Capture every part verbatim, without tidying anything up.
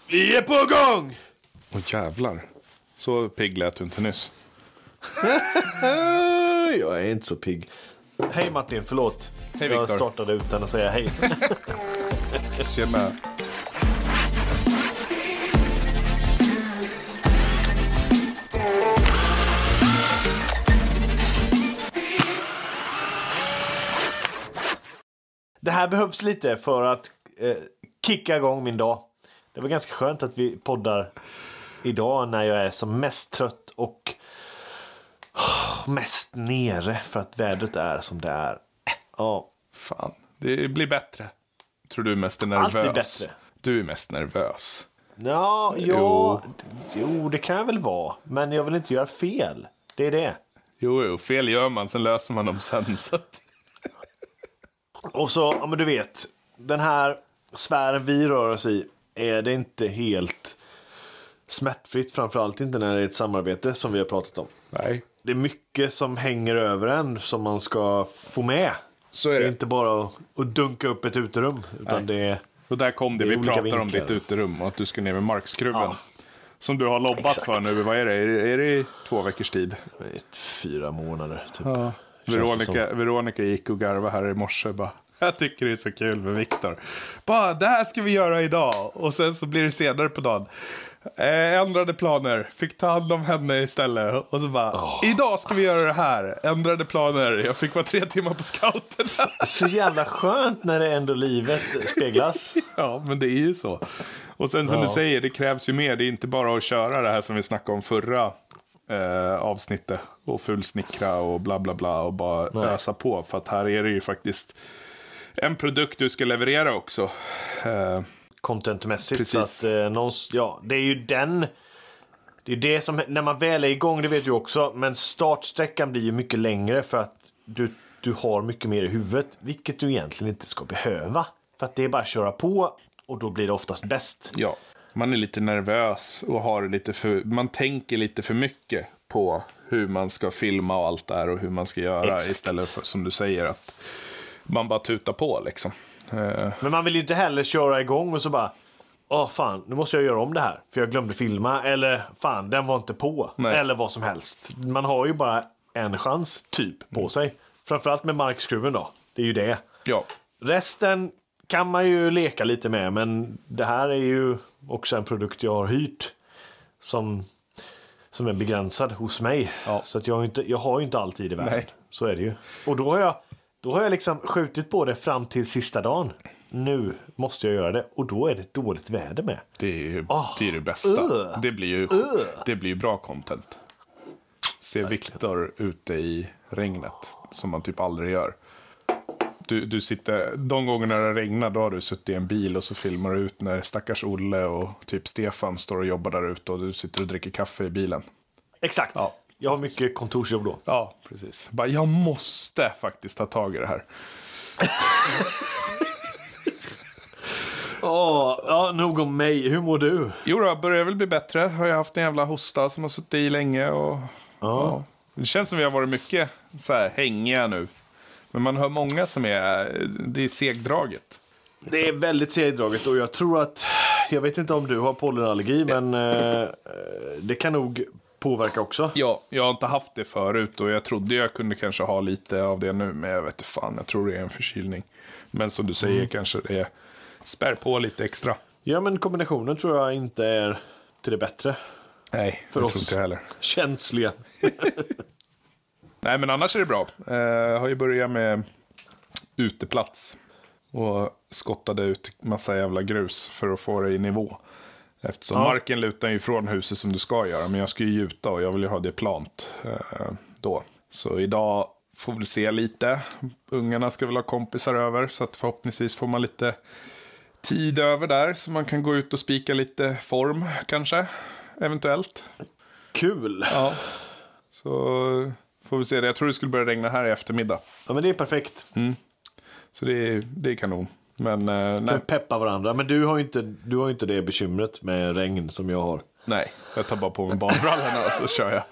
Vi är på gång! Åh jävlar. Så pigg lät du inte nyss. Jag är inte så pigg. Hej Martin, förlåt. Hej Jag Viktor. startade utan att säga hej. Tjena. Det här behövs lite för att eh, kicka igång min dag. Det var ganska skönt att vi poddar idag när jag är som mest trött och oh, mest nere för att vädret är som det är. Ja. Fan, det blir bättre. Tror du är mest nervös? Allt blir bättre. Du är mest nervös. Ja, ja Jo. jo, det kan jag väl vara. Men jag vill inte göra fel. Det är det. Jo, jo, fel gör man, sen löser man dem sen. Så att... Och så, ja men du vet, den här sfären vi rör oss i är det inte helt smärtfritt, framförallt inte när det är ett samarbete som vi har pratat om. Nej. Det är mycket som hänger över en som man ska få med. Så är Det det. är inte bara att, att dunka upp ett uterum, utan det är... Och där kom det, Det är vi olika pratar om vinklar. ditt uterum och att du ska ner med markskruven. Ja. Som du har lobbat Exakt. för nu, vad är det? Är det, är det i två veckors tid? Ett, fyra månader typ. Ja. Känns det Veronica, Veronica gick och garvade här i morse bara. Jag tycker det är så kul med Viktor. Bara, det här ska vi göra idag. Och sen så blir det senare på dagen. Eh, ändrade planer. Fick ta hand om henne istället. Och så bara, Oh. idag ska vi göra det här. Ändrade planer. Jag fick vara tre timmar på scouten. Så jävla skönt när det ändå livet speglas. Ja, men det är ju så. Och sen som Ja. du säger, det krävs ju mer. Det är inte bara att köra det här som vi snackade om förra eh, avsnittet. Och fullsnickra och bla bla bla. Och bara Nej. ösa på. För att här är det ju faktiskt en produkt du ska leverera också. Eh, Contentmässigt. Precis. Så att, eh, någons, ja, det är ju den... Det är det som, när man väl är igång, det vet du också. Men startsträckan blir ju mycket längre för att du, du har mycket mer i huvudet. Vilket du egentligen inte ska behöva. För att det är bara att köra på och då blir det oftast bäst. ja, man är lite nervös och har lite för... Man tänker lite för mycket på hur man ska filma och allt där och hur man ska göra. Exakt. Istället för, som du säger, att man bara tutar på liksom. Eh, Men man vill ju inte heller köra igång och så bara... Åh fan, nu måste jag göra om det här. För jag glömde filma. Eller fan, den var inte på. Nej. Eller vad som helst. Man har ju bara en chans typ på sig. Framförallt med markskruven då. Det är ju det. ja, Resten kan man ju leka lite med. Men det här är ju också en produkt jag har hyrt. Som, som är begränsad hos mig. Ja. Så att jag, har ju inte, jag har ju inte all tid i världen. Nej. Så är det ju. Och då har jag, då har jag liksom skjutit på det fram till sista dagen. Nu måste jag göra det. Och då är det dåligt väder med. det är ju Åh, det, är det bästa. uh, det blir ju uh. det blir ju bra content. Se Viktor ute i regnet som man typ aldrig gör. Du, du sitter, de gångerna det regnar, då har du suttit i en bil och så filmar du ut när stackars Olle och typ Stefan står och jobbar där ute och du sitter och dricker kaffe i bilen. Exakt. Ja. Jag har mycket kontorsjobb då. Ja, precis. Bara, jag måste faktiskt ta tag i det här. Åh, ja, nog om mig. Hur mår du? Jo då, börjar väl bli bättre. Har jag haft en jävla hosta som har suttit i länge och... Ja. Det känns som vi har varit mycket så här hängiga nu. Men man hör många som är... Det är segdraget. Det är väldigt segdraget och jag tror att... Jag vet inte om du har pollenallergi, men eh, det kan nog påverka också. Ja, jag har inte haft det förut och jag trodde jag kunde kanske ha lite av det nu. Men jag vet inte fan, jag tror det är en förkylning. Men som du säger Mm. kanske det är... Spär på lite extra. Ja, men kombinationen tror jag inte är till det bättre. Nej, För jag oss. tror inte heller. Känsliga. Nej, men annars är det bra. Eh, jag har ju börjat med uteplats. Och skottade ut massa jävla grus för att få det i nivå. Eftersom Ja. marken lutar ju från huset som du ska göra. Men jag ska ju gjuta och jag vill ju ha det plant eh, då. Så idag får vi se lite. Ungarna ska väl ha kompisar över. Så att förhoppningsvis får man lite tid över där. Så man kan gå ut och spika lite form kanske. Eventuellt. Kul. Ja. Så får vi se det. Jag tror det skulle börja regna här i eftermiddag. Ja, men det är perfekt. Så det är, det är kanon. Men eh, nej, Vi peppar varandra. Men du har ju inte, du har ju inte det bekymret med regn som jag har. nej, jag tar bara på mig badbrallorna och så kör jag.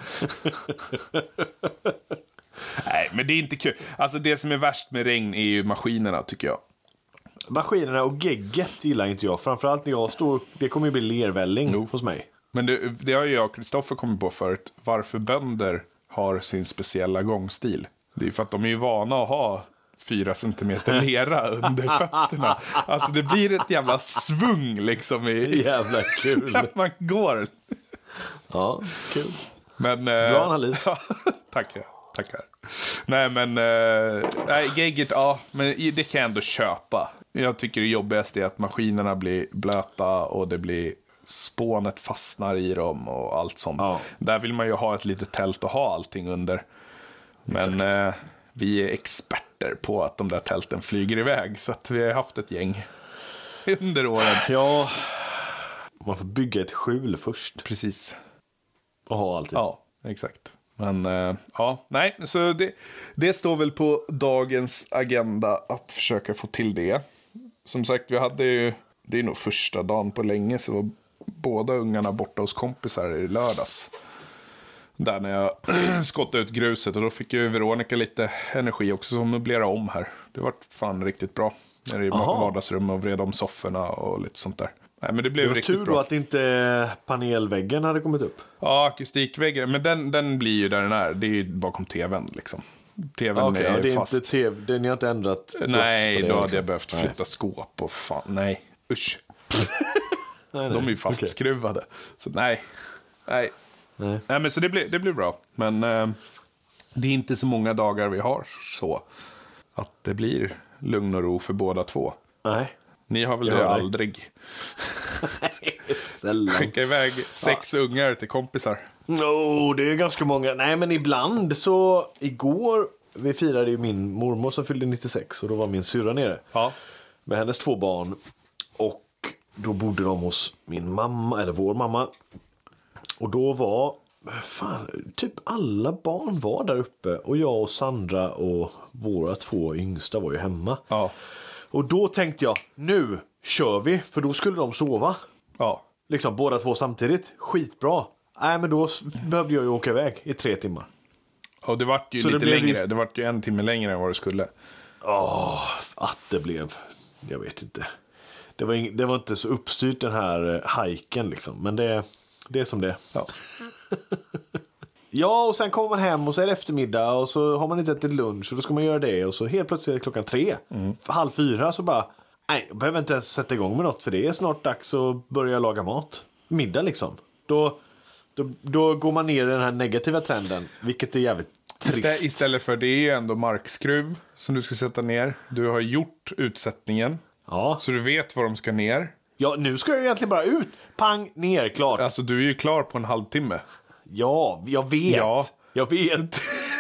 Nej, men det är inte kul. Alltså det som är värst med regn är ju maskinerna tycker jag. Maskinerna och gegget gillar inte jag. Framförallt när jag står, det kommer ju bli lervälling jo. hos mig. Men det, det har ju jag och Kristoffer kommit på förut. Varför bönder har sin speciella gångstil. Det är för att de är ju vana att ha fyra centimeter lera under fötterna. Alltså det blir ett jävla svung liksom. I, jävla kul. När man går. Ja, kul. Men, bra analys. Ja, tackar, tackar. Nej men, äh, nej, gegget, ja, men det kan jag ändå köpa. Jag tycker det jobbigaste är att maskinerna blir blöta och det blir spånet fastnar i dem och allt sånt. Ja. Där vill man ju ha ett litet tält och ha allting under. Men eh, vi är experter på att de där tälten flyger iväg. Så att vi har haft ett gäng under åren. Ja, man får bygga ett skjul först. Precis. Och ha allting. Ja, exakt. Men eh, ja, nej, så det, det står väl på dagens agenda att försöka få till det. Som sagt, vi hade ju, det är nog första dagen på länge så var båda ungarna borta hos kompisar i lördags. Där när jag skottade ut gruset och då fick ju Veronica lite energi också som möblera om här. Det var fan riktigt bra. När det är vardagsrum och vreda om sofforna och lite sånt där. Nej, men det blev det var riktigt tur bra. Då att inte panelväggen hade kommit upp. Ja, akustikväggen. Men den, den blir ju där den är. Det är ju bakom tvn liksom. Tvn okay, är, ja, det är fast. Inte T V, den har inte ändrat. Nej, det, då hade liksom. jag behövt flytta nej. skåp och fan. Nej, usch. nej, nej. De är ju fastskruvade. Okay. Så nej. Nej. Nej. Nej, men så det blir, det blir bra. Men eh, det är inte så många dagar vi har så att det blir lugn och ro för båda två. Nej. Ni har väl jag det har aldrig? Nej, skicka iväg sex ja. ungar till kompisar. No, det är ganska många. Nej, men ibland så igår vi firade ju min mormor som fyllde nittiosex och då var min syrra nere. Ja. Med hennes två barn och då bodde de hos min mamma eller vår mamma. Och då var fan, typ alla barn var där uppe och jag och Sandra och våra två yngsta var ju hemma. Ja. Och då tänkte jag, nu kör vi, för då skulle de sova. Ja. Liksom båda två samtidigt. Skitbra. Nej, men då behövde jag ju åka iväg i tre timmar. Och det var ju så lite det längre. Ju... Det var ju en timme längre än vad det skulle. Åh, att det blev. Jag vet inte. Det var, ing... det var inte så uppstyrt den här hajken liksom. Men det, det är som det. Ja. Ja, och sen kommer man hem och så är det eftermiddag och så har man inte ätit lunch och då ska man göra det och så helt plötsligt är det klockan tre. Mm. Halv fyra så bara, nej, jag behöver inte ens sätta igång med något för det är snart dags att börja laga mat. Middag liksom. Då, då, då går man ner i den här negativa trenden, vilket är jävligt trist. Istä- istället för det är ju ändå markskruv som du ska sätta ner. Du har gjort utsättningen. Ja. Så du vet var de ska ner. Ja, nu ska jag egentligen bara ut. Pang, ner, klart. Alltså du är ju klar på en halvtimme. Ja, jag vet. Ja. Jag vet.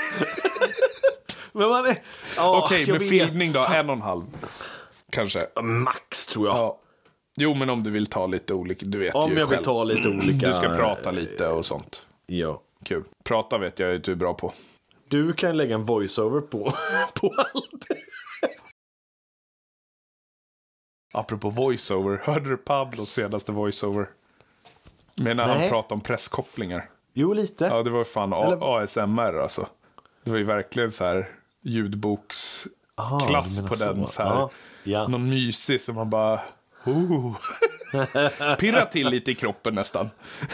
Men man är... Ja, okej, okay, med filmning då, en och en halv. Kanske. Max, tror jag. Ja. Jo, men om du vill ta lite olika, du vet om ju jag själv. Vill ta lite olika... Du ska prata lite och sånt. Ja. Kul. Prata vet jag att du är bra på. Du kan lägga en voiceover på, på allt. Apropå voiceover, hörde du Pablos senaste voiceover? Men när Nej. han pratade om presskopplingar. Jo, lite. Ja, det var fan A- Eller... A S M R alltså. Det var ju verkligen så här ljudboksklass på den så här. Ah, ja. Någon mysig som man bara oh. pirrar till lite i kroppen nästan.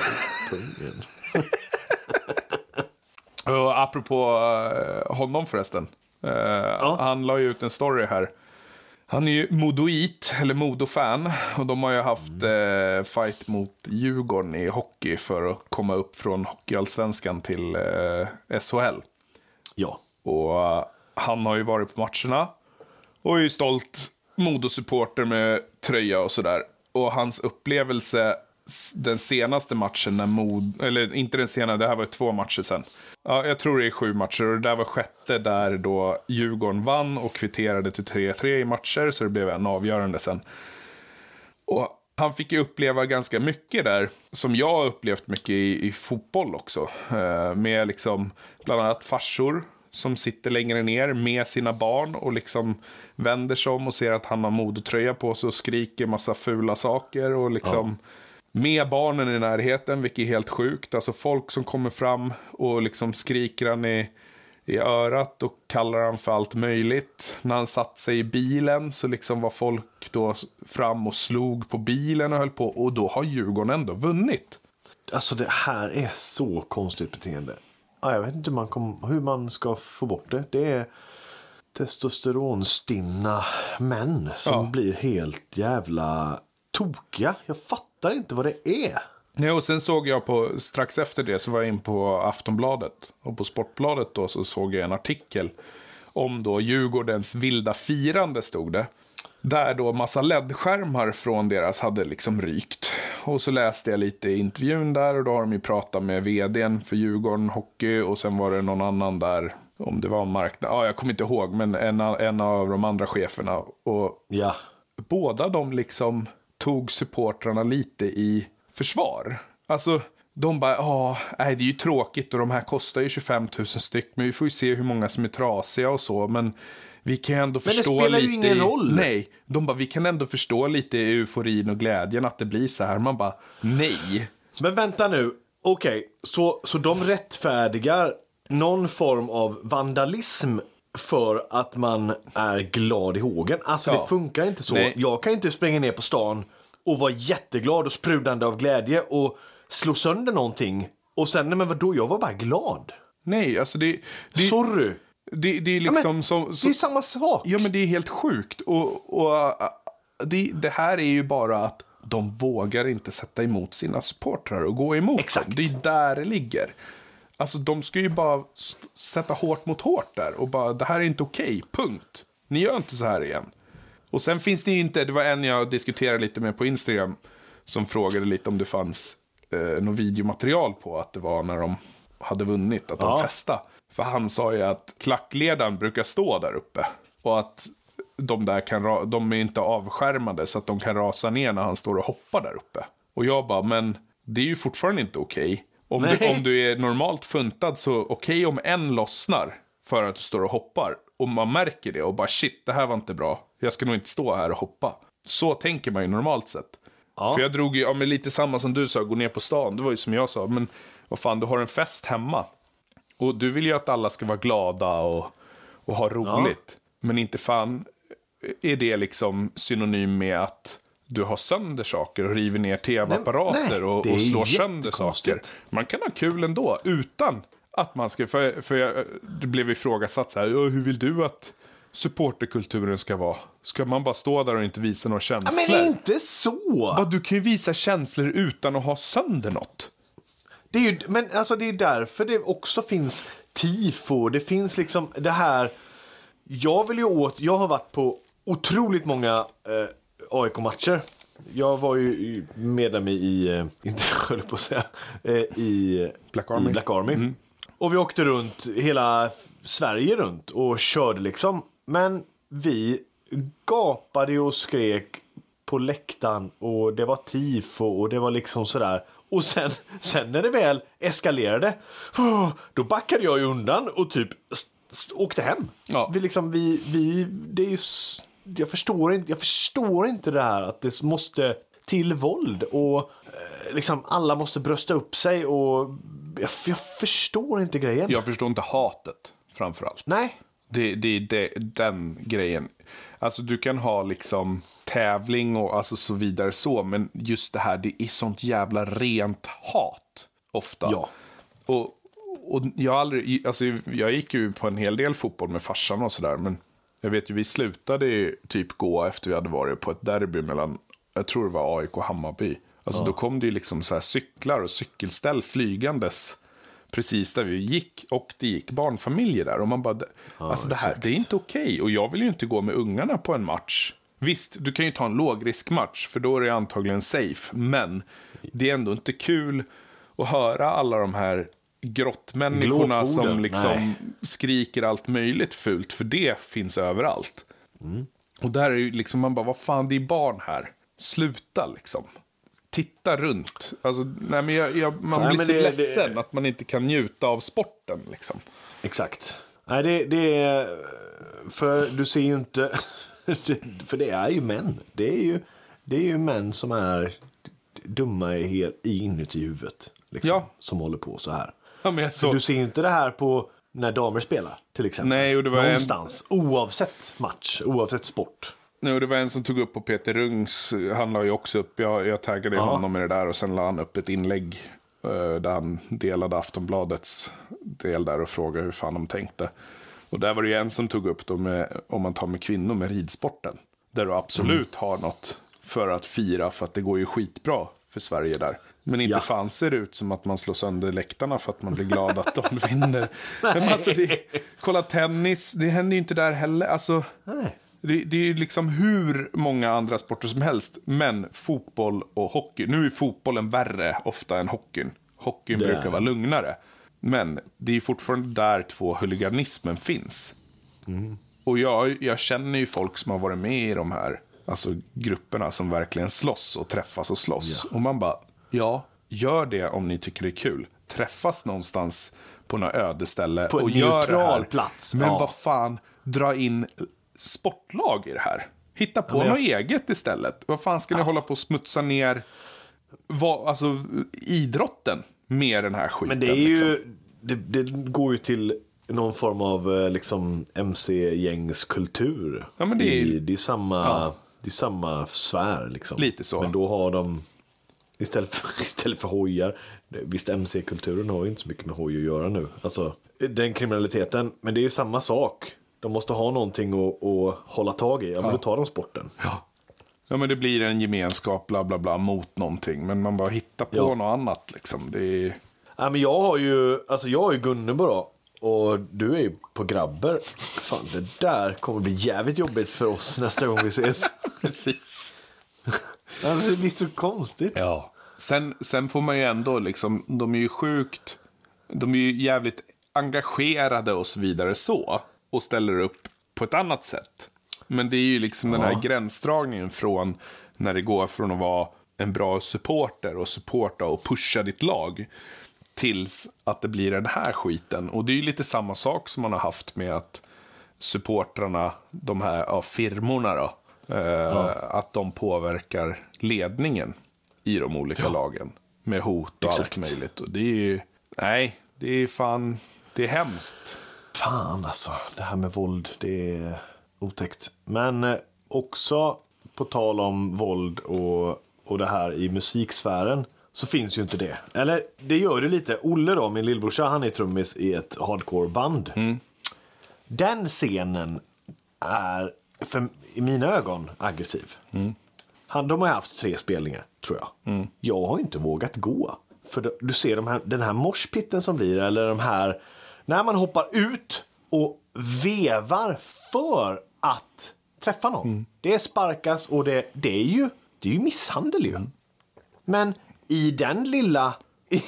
Och apropå uh, honom förresten. Uh, ja. Han la ju ut en story här. Han är ju Modoit, eller Modo-fan. Och de har ju haft eh, fight mot Djurgården i hockey för att komma upp från hockeyallsvenskan till eh, S H L. Ja. Och uh, han har ju varit på matcherna. Och är ju stolt Modo-supporter med tröja och sådär. Och hans upplevelse den senaste matchen när Mod, eller inte den senaste, det här var två matcher sen. Ja, jag tror det är sju matcher och det där var sjätte där då Djurgården vann och kvitterade till tre tre i matcher så det blev en avgörande sen. Och han fick ju uppleva ganska mycket där som jag har upplevt mycket i, i fotboll också. Eh, med liksom bland annat farsor som sitter längre ner med sina barn och liksom vänder sig om och ser att han har Modotröja på sig och skriker massa fula saker och liksom... Ja. Med barnen i närheten, vilket är helt sjukt. Alltså folk som kommer fram och liksom skriker han i, i örat och kallar han för allt möjligt. När han satt sig i bilen så liksom var folk då fram och slog på bilen och höll på. Och då har Djurgården ändå vunnit. Alltså det här är så konstigt beteende. Ja, jag vet inte hur man, kom, hur man ska få bort det. Det är testosteronstinna män som Ja. blir helt jävla tokiga. Jag fattar inte vad det är. Ja, och sen såg jag på, strax efter det så var jag in på Aftonbladet. Och på Sportbladet då så såg jag en artikel om då Djurgårdens vilda firande, stod det. Där då massa L E D-skärmar från deras hade liksom rykt. Och så läste jag lite i intervjun där och då har de ju pratat med vdn för Djurgården Hockey. Och sen var det någon annan där, om det var en marknad, ja jag kommer inte ihåg, men en, en av de andra cheferna. Och Ja. båda de liksom tog supportrarna lite i försvar. Alltså, de bara, ja, nej, det är ju tråkigt och de här kostar ju tjugofem tusen styck, men vi får ju se hur många som är trasiga och så, men vi kan ju ändå förstå lite. Men det spelar ju ingen i, roll. Nej, de bara, vi kan ändå förstå lite i euforin och glädjen att det blir så här. Man bara, nej. Men vänta nu. Okej, okay. så, så de rättfärdigar någon form av vandalism för att man är glad i hågen. Alltså Ja. det funkar inte så. Nej. Jag kan inte springa ner på stan och vara jätteglad och sprudlande av glädje och slå sönder någonting. Och sen, nej men vadå, jag var bara glad. Nej, alltså det... det Sorry. Det, det är liksom Ja, men, som... det är samma sak. Ja, men det är helt sjukt. Och, och uh, det, det här är ju bara att de vågar inte sätta emot sina supportrar och gå emot Exakt. dem. Det är där det ligger. Alltså, de ska ju bara s- sätta hårt mot hårt där. Och bara, det här är inte okej. Punkt. Ni gör inte så här igen. Och sen finns det ju inte... Det var en jag diskuterade lite med på Instagram som frågade lite om det fanns eh, något videomaterial på att det var när de hade vunnit, att de Ja. festade. För han sa ju att klackledaren brukar stå där uppe. Och att de där kan ra- de är inte avskärmade så att de kan rasa ner när han står och hoppar där uppe. Och jag bara, men det är ju fortfarande inte okej. Om, du, Nej. om du är normalt funtad så okej om en lossnar för att du står och hoppar. Och man märker det och bara shit, det här var inte bra. Jag ska nog inte stå här och hoppa. Så tänker man ju normalt sett. Ja. För jag drog ju, ja, men lite samma som du sa, gå ner på stan. Det var ju som jag sa, men vad fan, du har en fest hemma. Och du vill ju att alla ska vara glada och, och ha roligt. Men inte fan är det liksom synonym med att du har sönder saker och river ner tv-apparater Nej, nej, och, det är och slår sönder jättekonstigt. saker. Man kan ha kul ändå, utan att man ska... För, för jag, det blev ifrågasatt så här, "Ja, hur vill du att supporterkulturen ska vara? Ska man bara stå där och inte visa några Ja, känslor? men inte så. Vad, du kan ju visa känslor utan att ha sönder något. Det är ju, men alltså det är därför det också finns tifo. Det finns liksom det här. Jag vill ju åt. Jag har varit på otroligt många eh, A I K-matcher. Jag var ju medlem i, eh, inte höll på att säga, eh, i Black Army. I Black Army. Och vi åkte runt hela Sverige runt och körde liksom. Men vi gapade och skrek på läktaren och det var tifo och det var liksom sådär. Och sen, sen när det väl eskalerade, då backade jag ju undan och typ st- st- åkte hem. Ja. Vi liksom, vi, vi, det är ju, s- jag förstår inte, jag förstår inte det här att det måste till våld och eh, liksom alla måste brösta upp sig och jag, jag förstår inte grejen. Jag förstår inte hatet, framförallt. Nej. Det, det är det, den grejen. Alltså du kan ha liksom tävling och alltså så vidare så. Men just det här, det är sånt jävla rent hat. Ofta. Ja. Och, och jag har aldrig, alltså jag gick ju på en hel del fotboll med farsan och sådär. Men jag vet ju, vi slutade ju typ gå efter vi hade varit på ett derby mellan, jag tror det var A I K och Hammarby. Alltså ja. Då kom det ju liksom så här cyklar och cykelställ flygandes precis där vi gick, och det gick barnfamiljer där och man bara, ja, alltså det här, exakt. Det är inte okej och jag vill ju inte gå med ungarna på en match. Visst, du kan ju ta en lågriskmatch för då är det antagligen safe, men det är ändå inte kul att höra alla de här grottmänniskorna Glåporden. som liksom Nej. skriker allt möjligt fult, för det finns överallt. Mm. Och där är ju liksom, man bara, vad fan, det är barn här. Sluta liksom. Titta runt. Alltså, nej, men jag, jag, man nej, blir så det, ledsen det... att man inte kan njuta av sporten. Liksom. Exakt. Nej, det, det är... För du ser ju inte... för det är ju män. Det är ju, det är ju män som är dumma i, inuti huvudet. Liksom, ja. Som håller på så här. Ja, men så... Du ser ju inte det här på... när damer spelar, till exempel. Nej, och det var någonstans, en... oavsett match, oavsett sport. Nej, och det var en som tog upp på Peter Rungs, han la ju också upp, jag, jag taggade ja. honom med det där och sen la han upp ett inlägg uh, där han delade Aftonbladets del där och frågade hur fan de tänkte. Och där var det ju en som tog upp då med, om man tar med kvinnor med ridsporten. Där du absolut mm. har något för att fira, för att det går ju skitbra för Sverige där. Men inte ja. fan ser det ut som att man slår sönder läktarna för att man blir glad att de vinner. Men alltså, det, kolla tennis, det händer ju inte där heller. Alltså, Nej. Det, det är ju liksom hur många andra sporter som helst. Men fotboll och hockey, nu är fotbollen värre ofta än hockeyn. Hockeyn brukar är. vara lugnare. Men det är fortfarande där två huliganismen finns. Mm. Och jag, jag känner ju folk som har varit med i de här alltså grupperna som verkligen slåss och träffas och slåss. Ja. Och man bara, ja, gör det om ni tycker det är kul. Träffas någonstans på något ödeställe på och gör det här. Plats. Men ja. vad fan, dra in sportlag i det här. Hitta på ja, jag... något eget istället. Vad fan ska ja. ni hålla på och smutsa ner vad, alltså, idrotten med den här skiten? Men det är liksom. ju, det, det går ju till någon form av liksom M C-gängskultur. Ja, men det är det, det är samma ja. det är samma sfär liksom. Lite så. Men då har de istället för, istället för hojar, visst M C-kulturen har ju inte så mycket med hoj att göra nu. Alltså den kriminaliteten, men det är ju samma sak. De måste ha någonting att, att hålla tag i. Ja, men då tar de sporten. Ja. Ja, men det blir en gemenskap bla bla bla mot någonting. Men man bara hittar på ja. något annat liksom. Det är... Ja, men jag har ju, alltså jag är ju Gunnebo då. Och du är ju på grabber. Fan, det där kommer bli jävligt jobbigt för oss nästa gång vi ses. Precis. Alltså, det blir så konstigt. Ja. Sen, sen får man ju ändå liksom, de är ju sjukt, de är ju jävligt engagerade och så vidare så. Och ställer upp på ett annat sätt. Men det är ju liksom ja. den här gränsdragningen från när det går från att vara en bra supporter och supporta och pusha ditt lag tills att det blir den här skiten. Och det är ju lite samma sak som man har haft med att supportrarna, de här ja, firmorna då, eh, ja. att de påverkar ledningen i de olika ja. lagen med hot och Exakt. allt möjligt. Och det är ju, nej, det är fan, det är hemskt. Fan alltså, det här med våld, det är otäckt. Men eh, också på tal om våld och, och det här i musiksfären så finns ju inte det. Eller det gör det lite. Olle då, min lillbrorsa, han är trummis i ett hardcore-band. Mm. Den scenen är för, i mina ögon aggressiv. Mm. Han, de har haft tre spelningar, tror jag. Mm. Jag har inte vågat gå. För då, du ser de här, den här morspitten som blir, eller de här... När man hoppar ut och vevar för att träffa någon. Mm. Det sparkas och det, det är ju det är ju misshandel ju. Mm. Men i den lilla... I,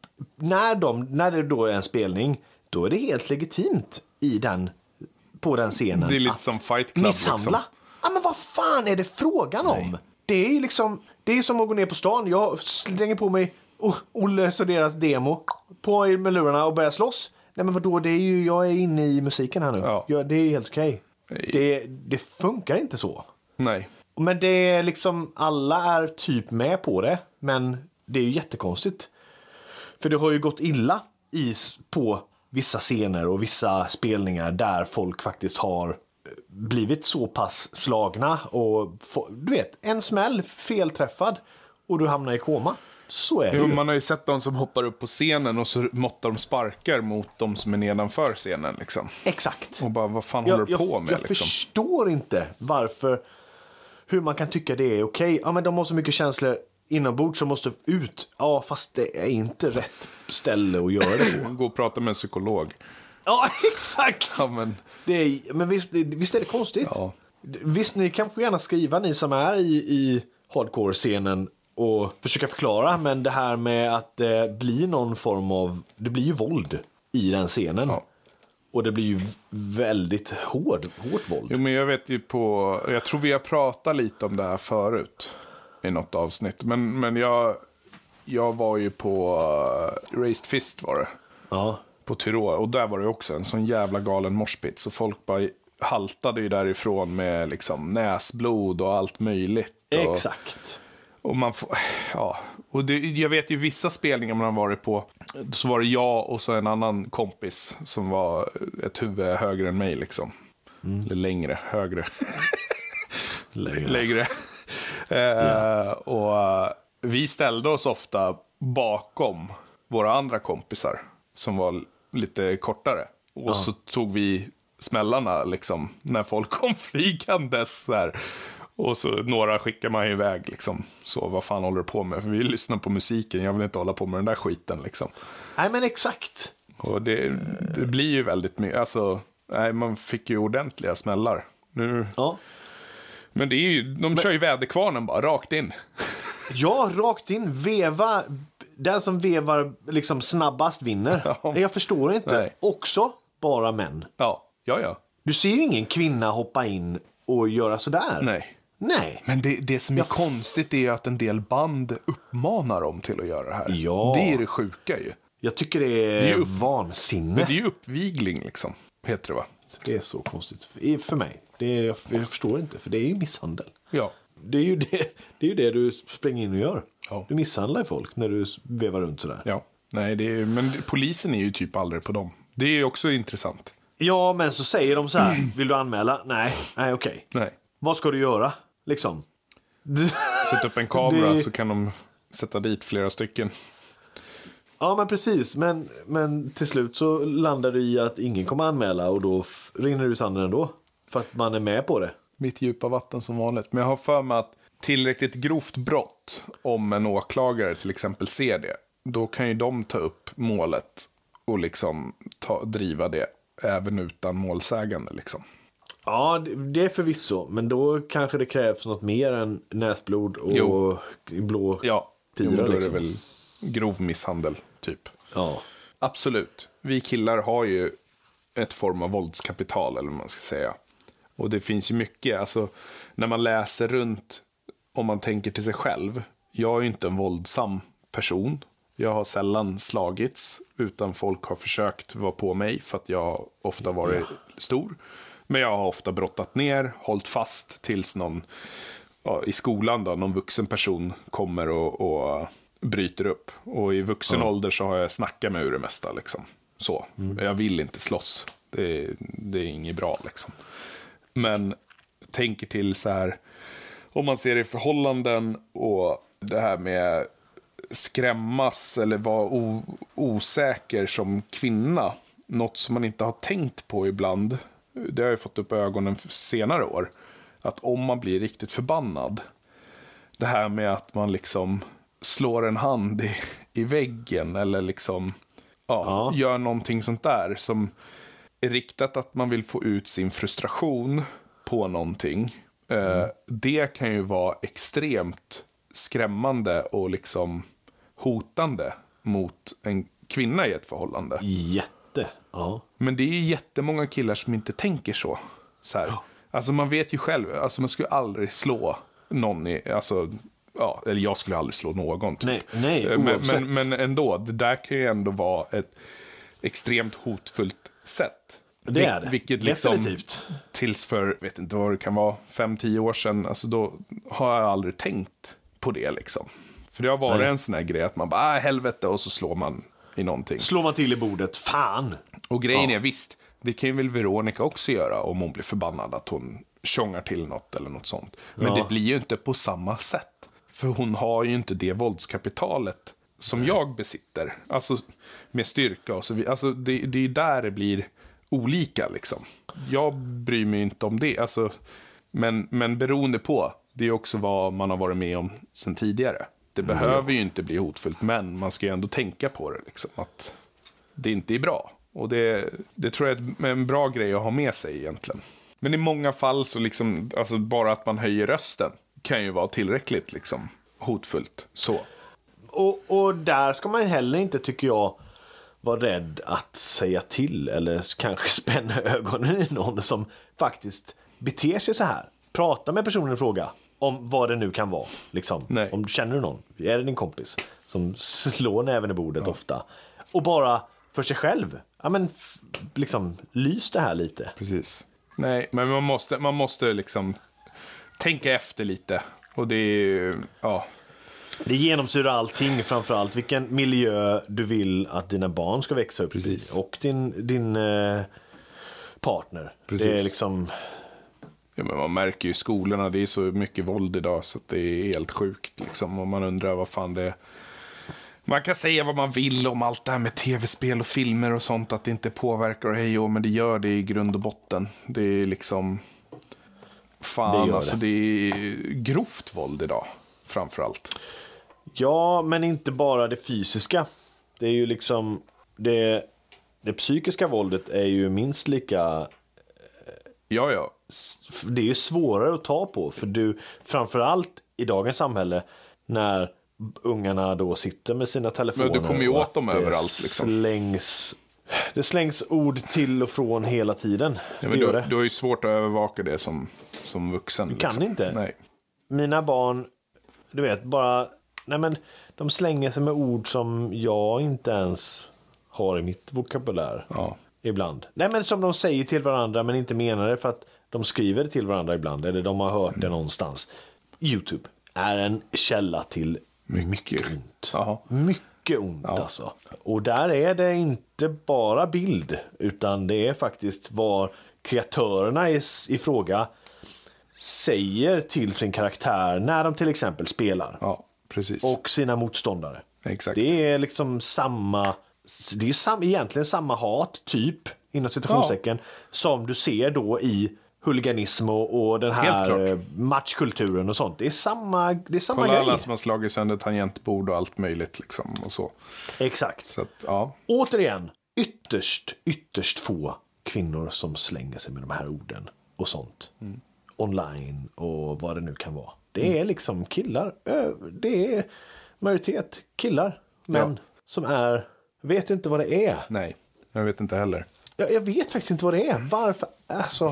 när, de, när det då är en spelning, då är det helt legitimt i den, på den scenen. Det är lite som Fight Club. Misshandla. Liksom. Ja, men vad fan är det frågan om? Nej. Det är ju liksom... Det är som att gå ner på stan. Jag slänger på mig Olles och deras demo på med lurarna och börjar slåss. Nej, men vadå, det är ju, jag är inne i musiken här nu. Ja. Ja, det är helt okej. Det, det funkar inte så. Nej. Men det är liksom, alla är typ med på det. Men det är ju jättekonstigt. För det har ju gått illa i, på vissa scener och vissa spelningar där folk faktiskt har blivit så pass slagna. Och du vet, en smäll, felträffad och du hamnar i koma. Så är det jo, ju. Man har ju sett de som hoppar upp på scenen och så måttar de sparkar mot de som är nedanför scenen liksom. Exakt. Och bara, vad fan jag, håller du på jag, med? Jag liksom? förstår inte varför, hur man kan tycka det är okej. Ja, men de har så mycket känslor inombords som måste ut. Ja, fast det är inte rätt ställe att göra det på. Gå och prata med en psykolog. Ja, exakt. Ja, men det är, men visst, visst är det konstigt. Ja. Visst, ni kan få gärna skriva, ni som är i, i hardcore-scenen, och försöka förklara, men det här med att det blir någon form av, det blir ju våld i den scenen. Ja. Och det blir ju väldigt hård, hårt våld. Jo, men jag vet ju på, jag tror vi har pratat lite om det här förut i något avsnitt. Men, men jag, jag var ju på uh, Raised Fist var det. Ja. På Tyrol. Och där var det också en sån jävla galen morspit. Så folk bara haltade ju därifrån med liksom näsblod och allt möjligt. Och, exakt. och man får, ja. Och det, jag vet ju vissa spelningar man har varit på Så var det jag och så en annan kompis som var ett huvud högre än mig liksom. Mm. Eller längre, högre. längre. längre. Yeah. eh, och vi ställde oss ofta bakom våra andra kompisar som var lite kortare. Och uh. så tog vi smällarna liksom när folk kom flygandes så här. Och så några skickar man iväg liksom. Så vad fan håller du på med? För vi lyssnar på musiken. Jag vill inte hålla på med den där skiten liksom. Nej men exakt. Och det, det blir ju väldigt mycket. Alltså, nej, man fick ju ordentliga smällar. Nu... Ja. Men det är ju, de men... kör ju väderkvarnen bara, rakt in. Ja, rakt in. Veva. Den som vevar liksom snabbast vinner. Ja. Jag förstår inte. Nej. Också bara män. Ja, ja, ja. Du ser ju ingen kvinna hoppa in och göra sådär. Nej. Nej. Men det, det som är jag... konstigt är att en del band uppmanar dem till att göra det här. Ja. Det är det sjuka ju. Jag tycker det är, det är upp... vansinne. Men det är ju uppvigling liksom, heter det va? Det är så konstigt. För mig. Det är, jag, jag förstår inte, för det är ju misshandel. Ja. Det är ju det, det, är ju det du springer in och gör. Ja. Du misshandlar folk när du vevar runt sådär. Ja. Nej, det är, men polisen är ju typ aldrig på dem. Det är ju också intressant. Ja, men så säger de så här, vill du anmäla? Nej, nej okej. Okay. Nej. Vad ska du göra? Liksom. Du... Sätt upp en kamera det... så kan de sätta dit flera stycken. Ja, men precis. Men, men till slut så landar det i att ingen kommer anmäla och då f- rinner du sanden ändå. För att man är med på det. Mitt djupa vatten som vanligt. Men jag har för mig att tillräckligt grovt brott, om en åklagare till exempel ser det, då kan ju de ta upp målet och liksom ta, driva det även utan målsägande liksom. Ja, det är förvisso. Men då kanske det krävs något mer än näsblod och jo. blå ja. tira. Jo, då liksom. är det väl grov misshandel typ. Ja. Absolut. Vi killar har ju ett form av våldskapital eller vad man ska säga. Och det finns ju mycket, alltså när man läser runt, om man tänker till sig själv. Jag är ju inte en våldsam person. Jag har sällan slagits, utan folk har försökt vara på mig för att jag ofta varit ja. stor. Men jag har ofta brottat ner, hållit fast tills någon ja, i skolan då, någon vuxen person kommer och, och bryter upp. Och i vuxen ja. ålder så har jag snackat med ur det mesta liksom. Så, mm. jag vill inte slåss. Det, det är inget bra liksom. Men tänker till så här, om man ser i förhållanden och det här med skrämmas eller vara o- osäker som kvinna, något som man inte har tänkt på ibland, det har jag fått upp ögonen för senare år, att om man blir riktigt förbannad, det här med att man liksom slår en hand i, i väggen eller liksom ja, ja. gör någonting sånt där som är riktat att man vill få ut sin frustration på någonting. Mm. Eh, det kan ju vara extremt skrämmande och liksom hotande mot en kvinna i ett förhållande. Jätte, ja. Men det är jättemånga killar som inte tänker så. Så här. Ja. Alltså man vet ju själv, alltså man skulle aldrig slå någon i, alltså, ja, eller jag skulle aldrig slå någon. Typ. Nej, nej, men, men, men ändå, det där kan ju ändå vara ett extremt hotfullt sätt. Det är det, vilket liksom, definitivt. Tills för, vet inte vad det kan vara, fem, tio år sedan, alltså då har jag aldrig tänkt på det liksom. För det har varit Nej. en sån här grej att man bara, ah, helvete, och så slår man i någonting. Slår man till i bordet, fan. Och grejen ja. är, visst, det kan ju väl Veronica också göra om hon blir förbannad att hon tjongar till något eller något sånt. Men ja. det blir ju inte på samma sätt. För hon har ju inte det våldskapitalet som Nej. jag besitter. Alltså med styrka och så vidare. Alltså det, det är där det blir olika liksom. Jag bryr mig inte om det. Alltså, men, men beroende på, det är också vad man har varit med om sen tidigare. Det mm. behöver ju inte bli hotfullt, men man ska ju ändå tänka på det liksom, att det inte är bra. Och det, det tror jag är en bra grej att ha med sig egentligen. Men i många fall så liksom, alltså bara att man höjer rösten kan ju vara tillräckligt liksom hotfullt. Så. Och, och där ska man heller inte, tycker jag, vara rädd att säga till eller kanske spänna ögonen i någon som faktiskt beter sig så här. Prata med personen i fråga om vad det nu kan vara. Liksom. Om du känner någon, är det din kompis som slår näven i bordet ja. ofta. Och bara för sig själv. Ja, men f- liksom lys det här lite. Precis. Nej, men man måste, man måste liksom tänka efter lite. Och det är ja. Det genomsyrar allting, framförallt vilken miljö du vill att dina barn ska växa upp Precis. i. Och din, din eh, partner. Precis. Det är liksom... Ja, men man märker ju i skolorna, det är så mycket våld idag så att det är helt sjukt. Liksom. Och man undrar vad fan det är. Man kan säga vad man vill om allt det här med tv-spel och filmer och sånt, att det inte påverkar och hej och, men det gör det i grund och botten. Det är liksom... Fan, det alltså det. det är grovt våld idag, framförallt. Ja, men inte bara det fysiska. Det är ju liksom... Det, det psykiska våldet är ju minst lika... Ja, ja. Det är ju svårare att ta på. För du, framförallt i dagens samhälle, när ungarna då sitter med sina telefoner. Men du kommer ju åt dem det överallt liksom. Slängs, det slängs ord till och från hela tiden. Ja, men det du, gör det. du har ju svårt att övervaka det som, som vuxen. Du kan liksom. inte. Nej. Mina barn, du vet, bara... Nej, men de slänger sig med ord som jag inte ens har i mitt vokabulär. Ja. Ibland. Nej, men som de säger till varandra men inte menar det för att de skriver det till varandra ibland. Eller de har hört det någonstans. YouTube är en källa till mycket, mycket ont. Jaha. Mycket ont Ja. alltså. Och där är det inte bara bild. Utan det är faktiskt vad kreatörerna i, i fråga säger till sin karaktär när de till exempel spelar. Ja, precis. Och sina motståndare. Exakt. Det är liksom samma... Det är sam, egentligen samma hat, typ, inom citationstecken, ja. Som du ser då i huliganism och, och den här matchkulturen och sånt. Det är samma, det är samma Kolla grej. alla som har slagit sönder tangentbord och allt möjligt liksom och så. Exakt. Så att, ja. Återigen, ytterst, ytterst få kvinnor som slänger sig med de här orden och sånt. Mm. Online och vad det nu kan vara. Det är mm. liksom killar. Det är majoritet killar. Män ja. Som är... Vet inte vad det är. Nej, jag vet inte heller. Jag, jag vet faktiskt inte vad det är. Varför? Alltså...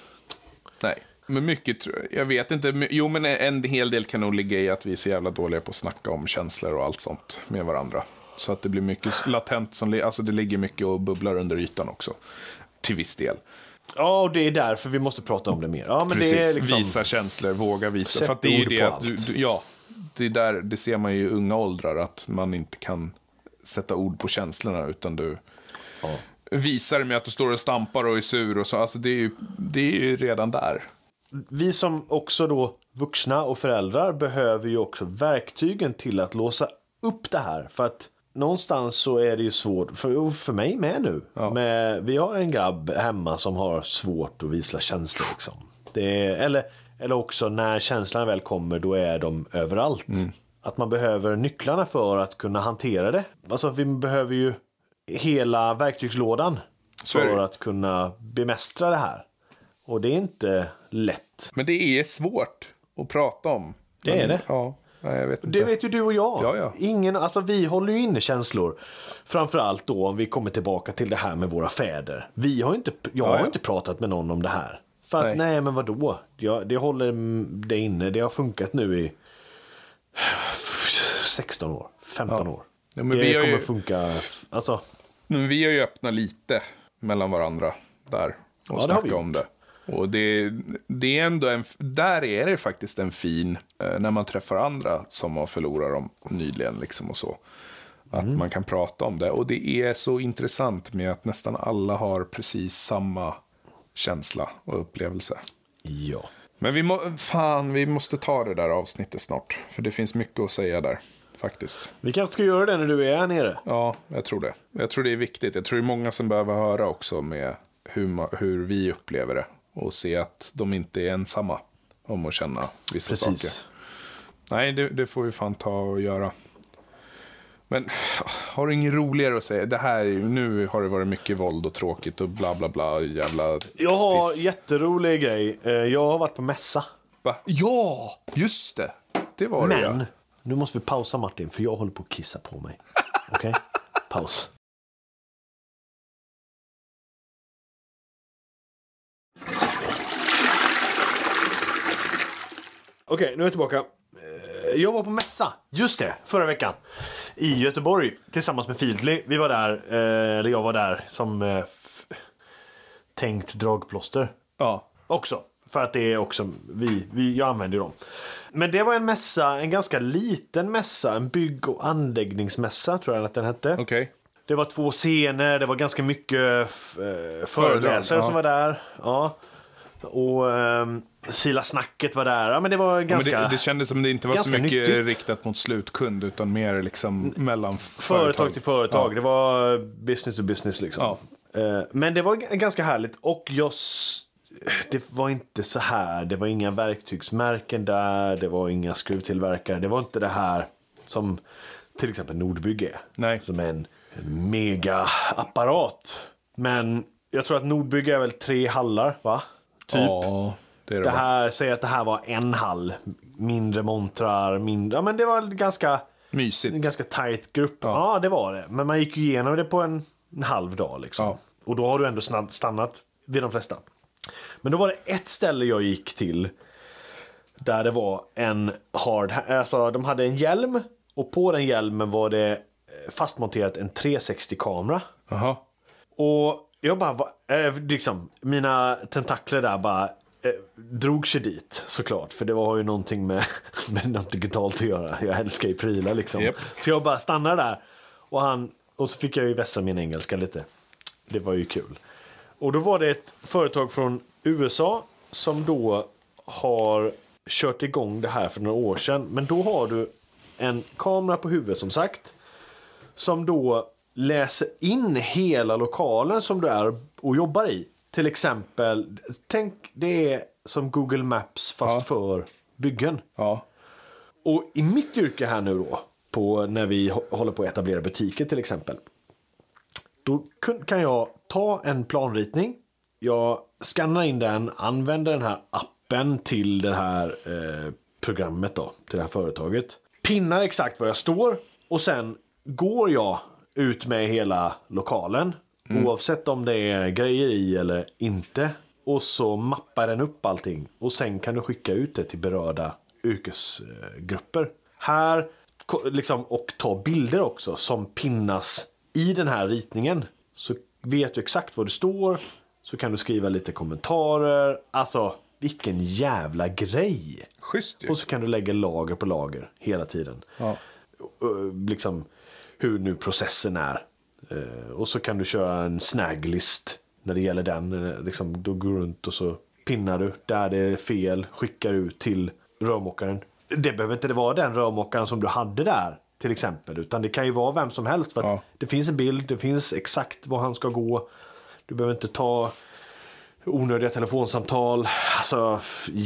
Nej, men mycket... Jag vet inte. Jo, men en hel del kan nog ligga i att vi är så jävla dåliga på att snacka om känslor och allt sånt med varandra. Så att det blir mycket latent. Som, alltså det ligger mycket och bubblar under ytan också. Till viss del. Ja, och det är därför vi måste prata om det mer. Ja, men precis, det är liksom... visa känslor, våga visa. Sätt för att det är ju det på att du, allt. du, ja, det är där, det ser man ju i unga åldrar att man inte kan sätta ord på känslorna utan du ja. Visar med att du står och stampar och är sur och så. Alltså det är ju, det är ju redan där. Vi som också då vuxna och föräldrar behöver ju också verktygen till att låsa upp det här. För att någonstans så är det ju svårt, för, för mig med nu. Ja. Med, vi har en grabb hemma som har svårt att visa känslor. Liksom. Det är, eller, eller också när känslan väl kommer, då är de överallt. Mm. Att man behöver nycklarna för att kunna hantera det. Alltså vi behöver ju hela verktygslådan för att kunna bemästra det här. Och det är inte lätt. Men det är svårt att prata om. Det Men, är det. Ja. Nej, jag vet inte. Det vet ju du och jag. Ja, ja. Ingen, alltså vi håller ju inne känslor. Framförallt då om vi kommer tillbaka till det här med våra fäder. Vi har inte, jag ja, har ja. inte pratat med någon om det här. För att nej, nej men vadå? Jag, det håller det inne. Det har funkat nu i sexton år, femton ja. år. Ja, men det vi kommer ju... funka. Alltså. Men vi har ju öppnat lite mellan varandra där och ja, snacka om det. Och det, det är ändå en, där är det faktiskt en fin eh, när man träffar andra som har förlorat dem nyligen liksom och så. Att mm. man kan prata om det. Och det är så intressant med att nästan alla har precis samma känsla och upplevelse. Ja. Men vi, må, fan, vi måste ta det där avsnittet snart. För det finns mycket att säga där, faktiskt. Vi kanske ska göra det när du är här nere. Ja, jag tror det. Jag tror det är viktigt. Jag tror det är många som behöver höra också med hur, hur vi upplever det. Och se att de inte är ensamma om att känna vissa Precis. saker. Nej, det, det får vi fan ta och göra. Men har du ingen roligare att säga? Det här, nu har det varit mycket våld och tråkigt och bla bla bla. Jävla jag har piss. Jätterolig grej. Jag har varit på mässa. Va? Ja, just det. Det var Men, det, ja. Nu måste vi pausa Martin, för jag håller på att kissa på mig. Okej? Okay? Paus. Okej, okay, nu är jag tillbaka. Jag var på mässa, just det, förra veckan. I Göteborg, tillsammans med Fieldly. Vi var där, eller jag var där som f- tänkt dragplåster. Ja. Också. För att det är också, vi, vi, jag använder dem. Men det var en mässa, en ganska liten mässa, en bygg- och anläggningsmässa tror jag att den hette. Okej. Okay. Det var två scener, det var ganska mycket eh, föreläsare ja. som var där. Ja. Och eh, Sila Snacket var där. Ja, men det var ganska ja, men det, det kändes som det inte var så mycket nyttigt. Riktat mot slutkund utan mer liksom mellan företag. Företag till företag. Ja. Det var business to business liksom. Ja. Eh, men det var g- ganska härligt. Och jag... Det var inte så här. Det var inga verktygsmärken där. Det var inga skruvtillverkare. Det var inte det här som till exempel Nordbygg är. Nej. Som är en, en mega apparat. Men jag tror att Nordbygg är väl tre hallar, va? Typ. Ja, det är det. Det här, säger att det här var en hall. Mindre montrar, mindre... Ja, men det var ganska... Mysigt. En ganska tight grupp. Ja. ja, det var det. Men man gick ju igenom det på en, en halv dag liksom. Ja. Och då har du ändå stannat vid de flesta. Men då var det ett ställe jag gick till där det var en hard... Alltså de hade en hjälm och på den hjälmen var det fastmonterat en trehundrasextio-kamera. Jaha. Och jag bara... Eh, liksom, mina tentakler där bara eh, drog sig dit såklart. För det var ju någonting med, med något digitalt att göra. Jag älskar ju prylar liksom. Yep. Så jag bara stannade där. Och, han, och så fick jag ju vässa min engelska lite. Det var ju kul. Och då var det ett företag från U S A som då har kört igång det här för några år sedan. Men då har du en kamera på huvudet som sagt. Som då läser in hela lokalen som du är och jobbar i. Till exempel, tänk det är som Google Maps fast ja. för byggen. Ja. Och i mitt yrke här nu då, på när vi håller på att etablera butiker till exempel. Då kan jag ta en planritning. Jag skannar in den, använder den här appen till det här eh, programmet då, till det här företaget. Pinnar exakt var jag står och sen går jag ut med hela lokalen. Mm. Oavsett om det är grejer i eller inte. Och så mappar den upp allting. Och sen kan du skicka ut det till berörda yrkesgrupper. Här liksom, och ta bilder också som pinnas i den här ritningen. Så vet du exakt vad det står. Så kan du skriva lite kommentarer. Alltså, vilken jävla grej. Schysst ju. Och så kan du lägga lager på lager hela tiden. Ja. Liksom hur nu processen är. Och så kan du köra en snaglist när det gäller den. Liksom, då går du runt och så pinnar du där det är fel. Skickar ut till rörmokaren. Det behöver inte vara den rörmokaren som du hade där till exempel. Utan det kan ju vara vem som helst. För att ja. det finns en bild, det finns exakt var han ska gå. Du behöver inte ta onödiga telefonsamtal. Alltså,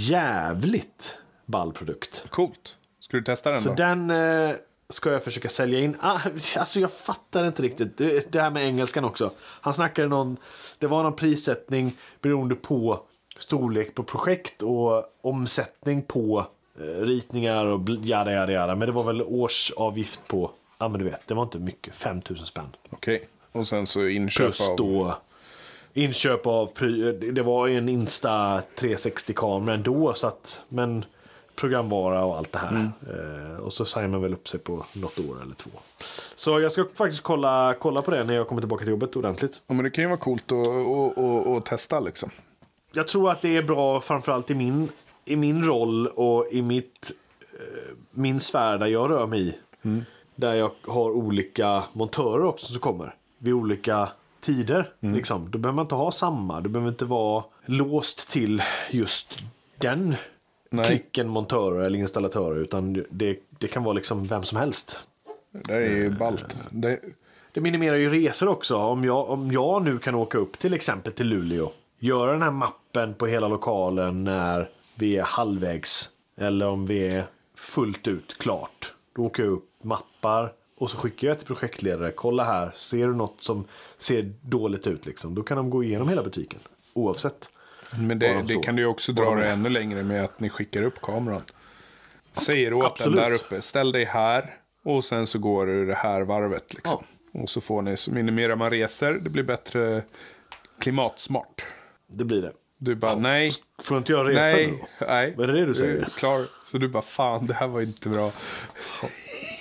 jävligt ball produkt. Coolt. Ska du testa den så då? Så den eh, ska jag försöka sälja in. Ah, alltså, jag fattar inte riktigt. Det, det här med engelskan också. Han snackade någon... Det var någon prissättning beroende på storlek på projekt och omsättning på eh, ritningar och jada, jada, jada. Men det var väl årsavgift på... Ja, men du vet. Det var inte mycket. fem tusen spänn. Okej. Okay. Och sen så inköp Plus av... då... Inköp av, det var ju en Insta trehundrasextio-kamera ändå, så att, men programvara och allt det här. Mm. Eh, och så signar man väl upp sig på något år eller två. Så jag ska faktiskt kolla, kolla på det när jag kommer tillbaka till jobbet ordentligt. Ja, men det kan ju vara coolt att, att, att, att testa liksom. Jag tror att det är bra framförallt i min, i min roll och i mitt, eh, min sfär där jag rör mig i. Mm. Där jag har olika montörer också som kommer vid olika tider. Mm. Liksom. Då behöver man inte ha samma. Du behöver inte vara låst till just den Nej. klicken montörer eller installatörer. Utan det, det kan vara liksom vem som helst. Det är ju ballt. Det... det minimerar ju resor också. Om jag, om jag nu kan åka upp till exempel till Luleå. Göra den här mappen på hela lokalen när vi är halvvägs. Eller om vi är fullt ut klart. Då åker jag upp, mappar. Och så skickar jag till projektledare. Kolla här, ser du något som ser dåligt ut liksom. Då kan de gå igenom hela butiken. Oavsett. Men det, det kan du ju också dra det ännu längre med att ni skickar upp kameran. Säger åt Absolut. den där uppe, ställ dig här. Och sen så går du det här varvet liksom. Ja. Och så får ni, så minimerar man resor. Det blir bättre klimatsmart. Det blir det. Du bara, ja. nej. Får inte jag resa nej, nu då? Nej. Vad är det du säger? Du är klar. Så du bara, fan det här var inte bra.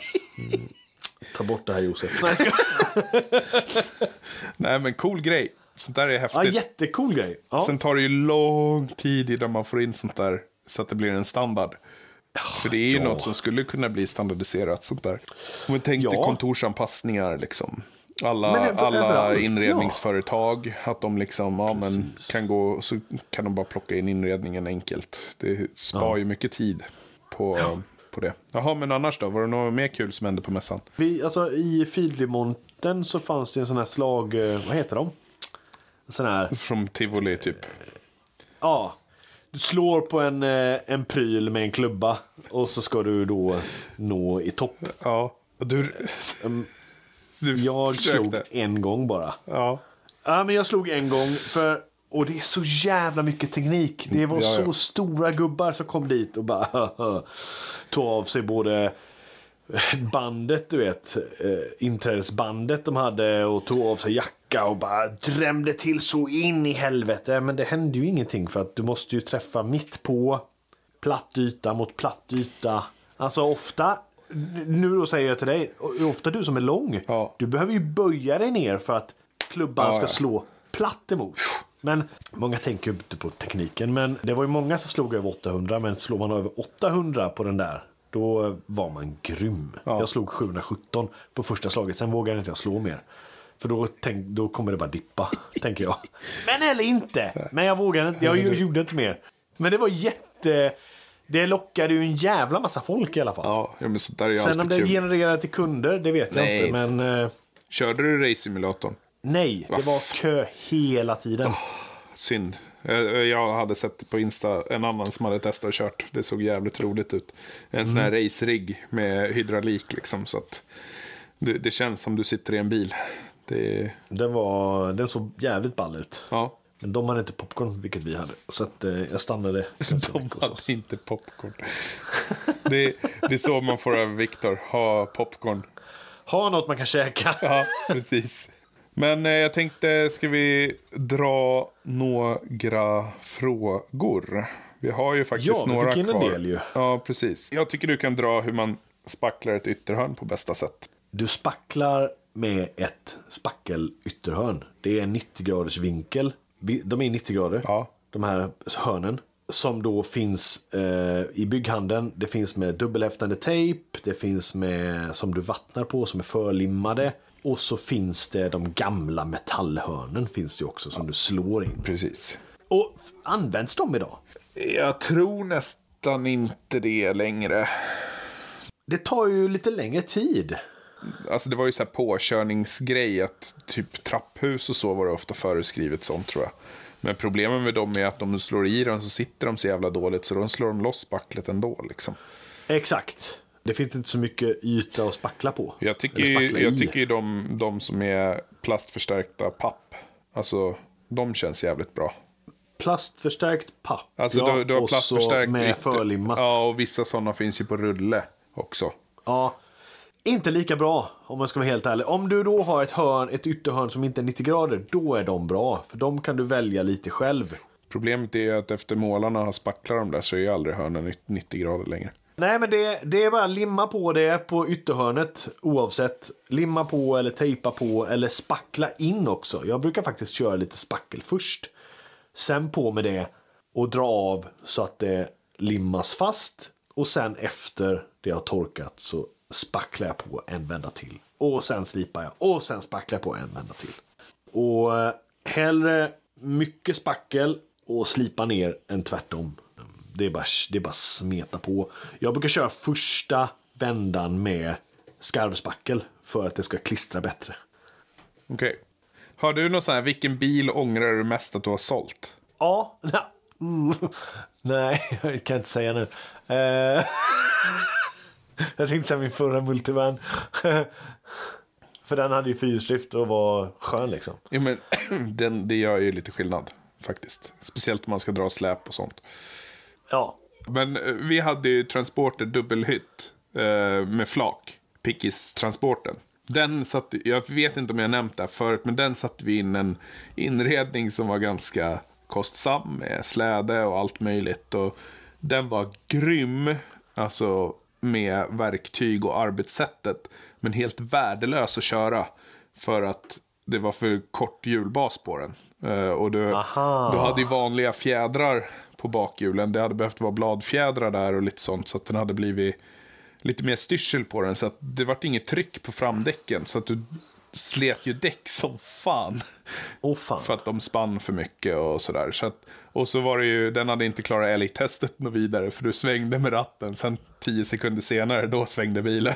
Mm. Ta bort det här, Josef. Nej, Nej, men cool grej. Sånt där är Ja, häftigt. jättecool grej. Ja. Sen tar det ju lång tid innan man får in sånt där så att det blir en standard. För det är ju ja. något som skulle kunna bli standardiserat sånt där. Om vi tänkte Ja. kontorsanpassningar liksom. Alla, Men över- alla överallt, inredningsföretag, att de liksom, ja, men Precis. kan gå, så kan de bara plocka in inredningen enkelt. Det spar ju mycket tid på, på det. Jaha, men annars då? Var det något mer kul som hände på mässan? Vi, alltså, i Fieldly-montern så fanns det en sån här slag... eh, Vad heter de? En sån här... Från Tivoli typ. Ja. Du slår på en, eh, en pryl med en klubba. Och så ska du då nå i topp. Ja, du, Um, du jag försökte. slog en gång bara. Ja. Ja, men jag slog en gång för... Och det är så jävla mycket teknik. Det var Ja, ja. så stora gubbar som kom dit och bara tog av sig både bandet, du vet, eh, inträdesbandet de hade, och tog av sig jacka och bara drämde till så in i helvete. Men det hände ju ingenting, för att du måste ju träffa mitt på, platt yta mot platt yta. Alltså ofta, nu då säger jag till dig, ofta du som är lång, Ja. du behöver ju böja dig ner för att klubban Ja, ska ja. slå platt emot. Men många tänker ju inte på tekniken. Men det var ju många som slog över åttahundra. Men slår man över åttahundra på den där, då var man grym. Ja. Jag slog sjuhundrasjutton på första slaget. Sen vågade inte jag slå mer. För då, tänk, då kommer det bara dippa, tänker jag. Men eller inte. Men jag vågade inte. Jag gjorde inte mer. Men det var jätte... Det lockade ju en jävla massa folk i alla fall. Ja, ja, men sånt där är ju Sen om alltid det kul. genererar till kunder, det vet jag Nej. inte. Men eh, Körde du race-simulatorn? nej, det var kö hela tiden. Synd. Jag jag hade sett det på Insta, en annan som hade testat och kört. Det såg jävligt roligt ut. En sån här racerigg med hydraulik liksom, så att det, det känns som du sitter i en bil. Det, Den, var, den såg jävligt ball ut. ja, Men de hade inte popcorn, vilket vi hade. Så att, eh, jag stannade. de hade inte popcorn. Det, det är så man får över Viktor, ha popcorn. Ha något man kan käka. Ja, precis. Men eh, jag tänkte, ska vi dra några frågor? Vi har ju faktiskt Ja, vi några fick in en kvar. del ju. Ja, precis. Jag tycker du kan dra hur man spacklar ett ytterhörn på bästa sätt. Du spacklar med ett spackelytterhörn. Det är en nittio graders vinkel. Vi- De är nittio grader, Ja. de här hörnen. Som då finns eh, i bygghandeln. Det finns med dubbelhäftande tejp. Det finns med som du vattnar på, som är förlimmade. Och så finns det de gamla metallhörnen finns det också, som du slår in. Precis. Och f- används de idag? Jag tror nästan inte det längre. Det tar ju lite längre tid. Alltså det var ju så här påkörningsgrej, att typ trapphus och så var det ofta föreskrivet sånt, tror jag. Men problemet med dem är att om du slår i dem så sitter de så jävla dåligt, så de slår de loss spacklet ändå liksom. Exakt. Det finns inte så mycket yta att spackla på. Jag tycker Eller ju, spackla jag i. tycker ju de, de som är plastförstärkta papp, alltså de känns jävligt bra. Plastförstärkt papp. Alltså ja, du, du har och plastförstärkt så med ytter- förlimmat. Ja, och vissa sådana finns ju på rulle också. Ja. Inte lika bra, om man ska vara helt ärlig. Om du då har ett hörn, ett ytterhörn som inte är nittio grader, då är de bra. För de kan du välja lite själv. Problemet är att efter målarna har spacklat dem där så är ju aldrig hörnen nittio grader längre. Nej, men det, det är bara limma på det på ytterhörnet oavsett. Limma på eller tejpa på eller spackla in också. Jag brukar faktiskt köra lite spackel först. Sen på med det och dra av så att det limmas fast. Och sen efter det har torkat så spacklar jag på en vända till. Och sen slipar jag. Och sen spacklar jag på en vända till. Och eh, hellre mycket spackel och slipa ner än tvärtom. Det är bara, det är bara smeta på. Jag brukar köra första vändan med skarvspackel för att det ska klistra bättre. Okej. Har du någon sån här, vilken bil ångrar du mest att du har sålt? Ja, nej, mm. Nej, jag kan inte säga nu. Eh, jag tänkte säga min förra multivan. För den hade ju fyrhjulsdrift och var skön liksom. Ja, men den, det gör ju lite skillnad faktiskt. Speciellt om man ska dra släp och sånt. Ja, Men eh, vi hade ju transporter dubbelhytt eh, med flak. Pickis-transporten. Den satt, jag vet inte om jag nämnt det här förut, men den satte vi in en inredning som var ganska kostsam med släde och allt möjligt. Och den var grym, alltså med verktyg och arbetssättet, men helt värdelös att köra för att det var för kort hjulbas på den. Eh, och du, Aha. du hade ju vanliga fjädrar på bakhjulen. Det hade behövt vara bladfjädrar där och lite sånt. Så att den hade blivit lite mer styrsel på den. Så att det var inget tryck på framdäcken. Så att du slet ju däck som fan. Oh, fan. För att de spann för mycket och sådär. Så att, och så var det ju, den hade inte klarat älgtestet något vidare. För du svängde med ratten. Sen tio sekunder senare, då svängde bilen.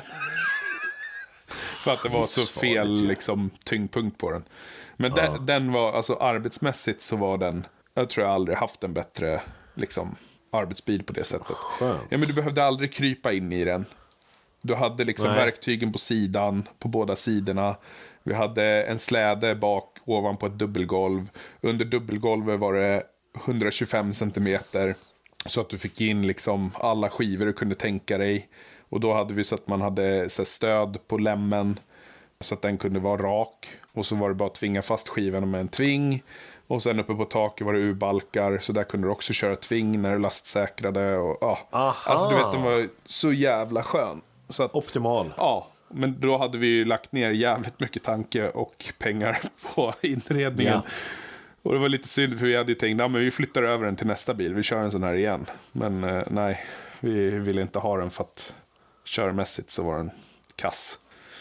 För att det var så fel liksom, tyngdpunkt på den. Men ja. den, den var, alltså arbetsmässigt så var den, jag tror jag aldrig haft en bättre liksom, arbetsbil på det sättet. Skönt. Ja, men du behövde aldrig krypa in i den. Du hade liksom Nej. verktygen på sidan, på båda sidorna. Vi hade en släde bak ovanpå ett dubbelgolv. Under dubbelgolvet var det hundratjugofem centimeter. Så att du fick in liksom alla skivor du kunde tänka dig. Och då hade vi så att man hade så stöd på lämmen. Så att den kunde vara rak. Och så var det bara att tvinga fast skivan med en tving. Och sen uppe på taket var det U-balkar. Så där kunde du också köra tving när du lastsäkrade. Och, ja. Alltså du vet, den var så jävla skön. Så att, optimal. Ja, men då hade vi ju lagt ner jävligt mycket tanke och pengar på inredningen. Ja. Och det var lite synd för vi hade ju tänkt, ja, men vi flyttar över den till nästa bil. Vi kör en sån här igen. Men eh, nej, vi ville inte ha den för att körmässigt så var den kass.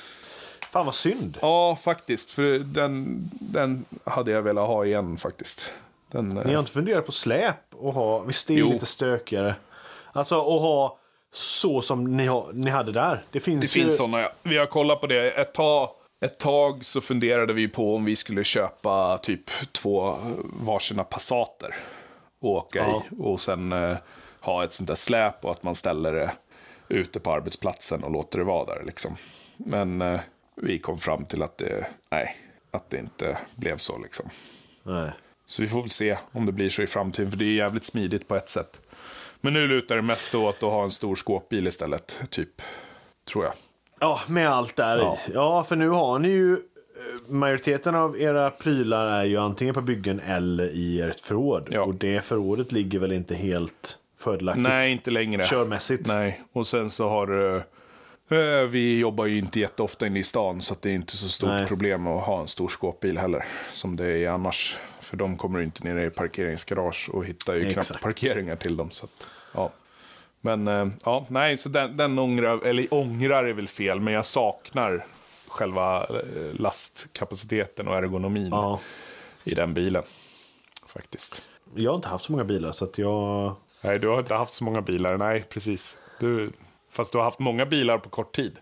Fan vad synd. Ja, faktiskt. För den, den hade jag velat ha igen faktiskt. Den, Ni har inte funderat på släp och ha, visst det är Jo. lite stökigare. Alltså att ha så som ni, har, ni hade där. Det finns Det ju... finns sådana, ja. Vi har kollat på det. Ett tag, ett tag så funderade vi på om vi skulle köpa typ två varsina Passater och åka Ja. i. Och sen eh, ha ett sånt där släp och att man ställer det ute på arbetsplatsen och låter det vara där liksom. Men eh, vi kom fram till att det, nej, att det inte blev så liksom. Nej. Så vi får väl se om det blir så i framtiden. För det är jävligt smidigt på ett sätt. Men nu lutar det mest åt att ha en stor skåpbil istället, typ, tror jag. Ja, med allt där Ja. i. Ja, för nu har ni ju eh, majoriteten av era prylar är ju antingen på byggen eller i ert förråd. Ja. Och det förrådet ligger väl inte helt fördelaktigt. Nej, inte längre. Körmässigt. Nej, och sen så har eh, vi jobbar ju inte jätteofta inne i stan, så att det är inte så stort Nej. problem att ha en stor skåpbil heller, som det är annars. För de kommer ju inte ner i parkeringsgarage och hittar ju Exakt. knappt parkeringar till dem. Så att, ja. Men eh, ja, nej, så den, den ångrar, eller ångrar är väl fel, men jag saknar själva eh, lastkapaciteten och ergonomin Ja. i den bilen. Faktiskt. Jag har inte haft så många bilar så att jag... Nej, du har inte haft så många bilar, nej, precis. Du, fast du har haft många bilar på kort tid.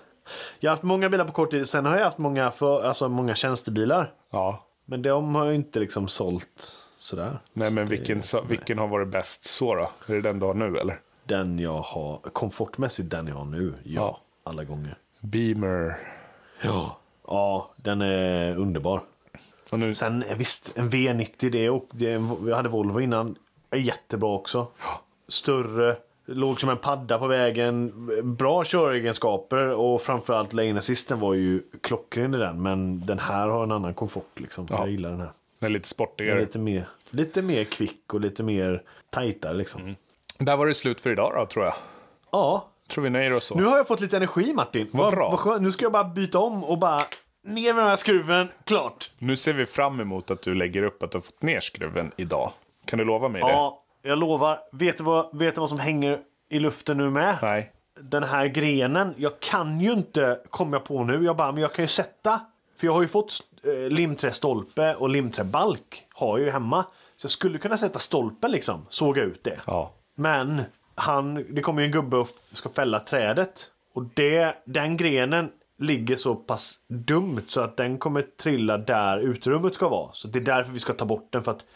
Jag har haft många bilar på kort tid. Sen har jag haft många, för, alltså många tjänstebilar. Ja. Men de har ju inte liksom sålt sådär. Nej, men Så vilken, det, så, vilken har varit bäst så då? Är det den du har nu, eller? Den jag har, komfortmässigt den jag har nu. Ja, Ja. alla gånger. Beamer. Ja. Ja, den är underbar. Och nu, Sen eh, visst, en V nittio det och det, är en- jag hade Volvo innan. Är jättebra också. Större, låg som en padda på vägen. Bra köregenskaper och framförallt lane assisten var ju klockren i den. Men den här har en annan komfort liksom. Ja. Jag gillar den här. den är lite Den är sportigare. lite mer, lite mer kvick och lite mer tajtare liksom. Mm. Där var det slut för idag då, tror jag. Ja, Tror vi nöjer oss så. nu har jag fått lite energi Martin. Vad bra. Vad skönt. Nu ska jag bara byta om och bara ner med den här skruven. Klart. Nu ser vi fram emot att du lägger upp att du har fått ner skruven idag. Kan du lova mig det? Ja, jag lovar. Vet du vad, vet du vad som hänger i luften nu med? Nej. Den här grenen. Jag kan ju inte, kom jag på nu. Jag bara, men jag kan ju sätta. För jag har ju fått eh, limträstolpe och limträbalk. Har jag ju hemma. Så jag skulle kunna sätta stolpen liksom. Såga ut det. Ja. Men han, det kommer ju en gubbe och f- ska fälla trädet. Och det, den grenen ligger så pass dumt så att den kommer trilla där utrymmet ska vara. Så det är därför vi ska ta bort den. För att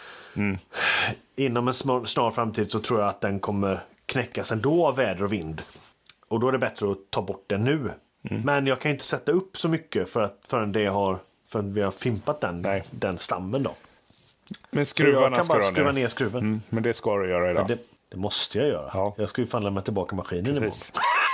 inom en snar, snar framtid så tror jag att den kommer knäckas ändå av väder och vind. Och då är det bättre att ta bort den nu. Men jag kan inte sätta upp så mycket för att, förrän, det har, förrän vi har fimpat den, Nej. den stammen då. Men Så jag skruvarna kan ska bara du ha skruva ner. ner skruven. Mm, men det ska du göra idag. Det, det måste jag göra. Ja. Jag ska ju fan lämna tillbaka maskinen imorgon. Precis.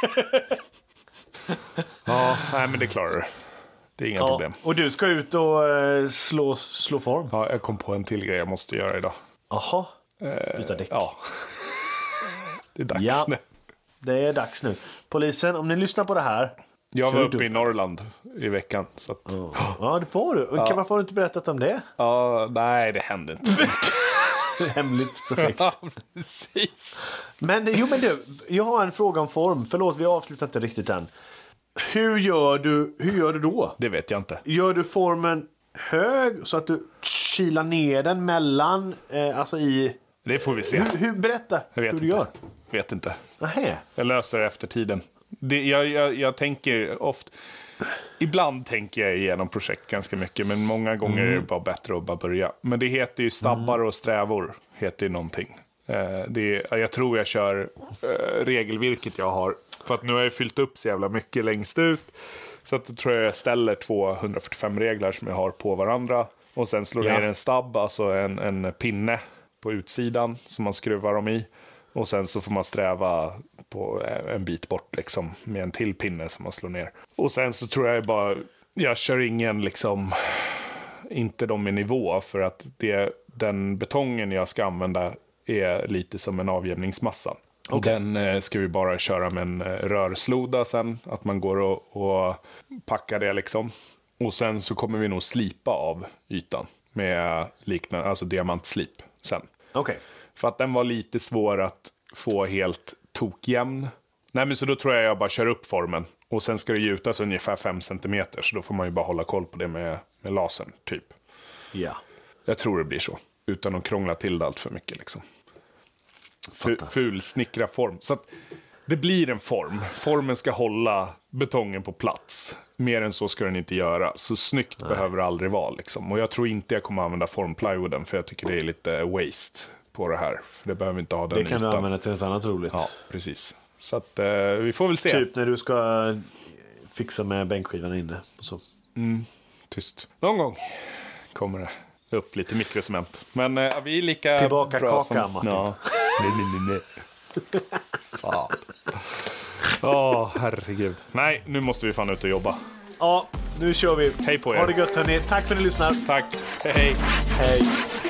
Ja, nej men det klarar du. Det är inga Ja, problem. och du ska ut och eh, slå, slå form. Ja, jag kom på en till grej jag måste göra idag. Jaha, byta däck. Ja. Det är dags Ja. nu. Det är dags nu. Polisen, om ni lyssnar på det här Jag Kör var du uppe i dubbel? Norrland i veckan. Så att... Ja, ja det får du. Kan man få inte berättat om det? Ja, nej, det hände inte så mycket. Hemligt projekt. Ja, precis. Men jo, men du, jag har en fråga om form. Förlåt, vi avslutar inte riktigt än. Hur gör du, hur gör du då? Det vet jag inte. Gör du formen hög så att du kilar ner den mellan, eh, alltså i... Det får vi se. Hur, hur, berätta Jag vet hur du inte. gör. Vet inte. Nähä. Jag löser det efter tiden. Det, jag, jag, jag tänker ofta... Ibland tänker jag igenom projekt ganska mycket, men många gånger mm. är det bara bättre att bara börja. Men det heter ju stabbar och strävor, heter ju någonting. Eh, det är, jag tror jag kör eh, regelvirket jag har. För att nu har jag fyllt upp så jävla mycket längst ut. Så att då tror jag jag ställer två hundrafyrtiofem reglar som jag har på varandra. Och sen slår jag Ja. ner en stabb, alltså en, en pinne på utsidan som man skruvar dem i. Och sen så får man sträva på en bit bort liksom, med en till pinne som man slår ner. Och sen så tror jag bara, jag kör ingen liksom, inte de i nivå, för att det, den betongen jag ska använda är lite som en avjämningsmassa. Och Okay. den eh, ska vi bara köra med en eh, rörsloda sen, att man går och, och packar det liksom. Och sen så kommer vi nog slipa av ytan med liknande, alltså diamantslip sen. Okej. Okay. För att den var lite svår att få helt tokjämn. Nej, men så då tror jag jag bara kör upp formen. Och sen ska det gjutas ungefär fem centimeter. Så då får man ju bara hålla koll på det med, med lasern, typ. Ja. Jag tror det blir så. Utan att krångla till det allt för mycket liksom. F- ful snickra form. Så att det blir en form. Formen ska hålla betongen på plats. Mer än så ska den inte göra. Så snyggt Nej. behöver det aldrig vara liksom. Och jag tror inte jag kommer använda formplywoodden. För jag tycker det är lite waste på det här. För det behöver inte ha den Det kan ytan. du använda till något annat roligt. Ja, precis. Så att eh, vi får väl se. Typ när du ska fixa med bänkskivan inne. Och så. Mm, tyst. Någon gång kommer det upp lite mikrocement. Men eh, vi är lika Tillbaka bra kaka, som... Martin. Ja. nej, nej, nej, nej. Fan. Åh, oh, herregud. Nej, nu måste vi fan ut och jobba. Ja, nu kör vi. Hej på er. Ha det gött hörni. Tack för att ni lyssnar. Tack. Hej, hej. Hej.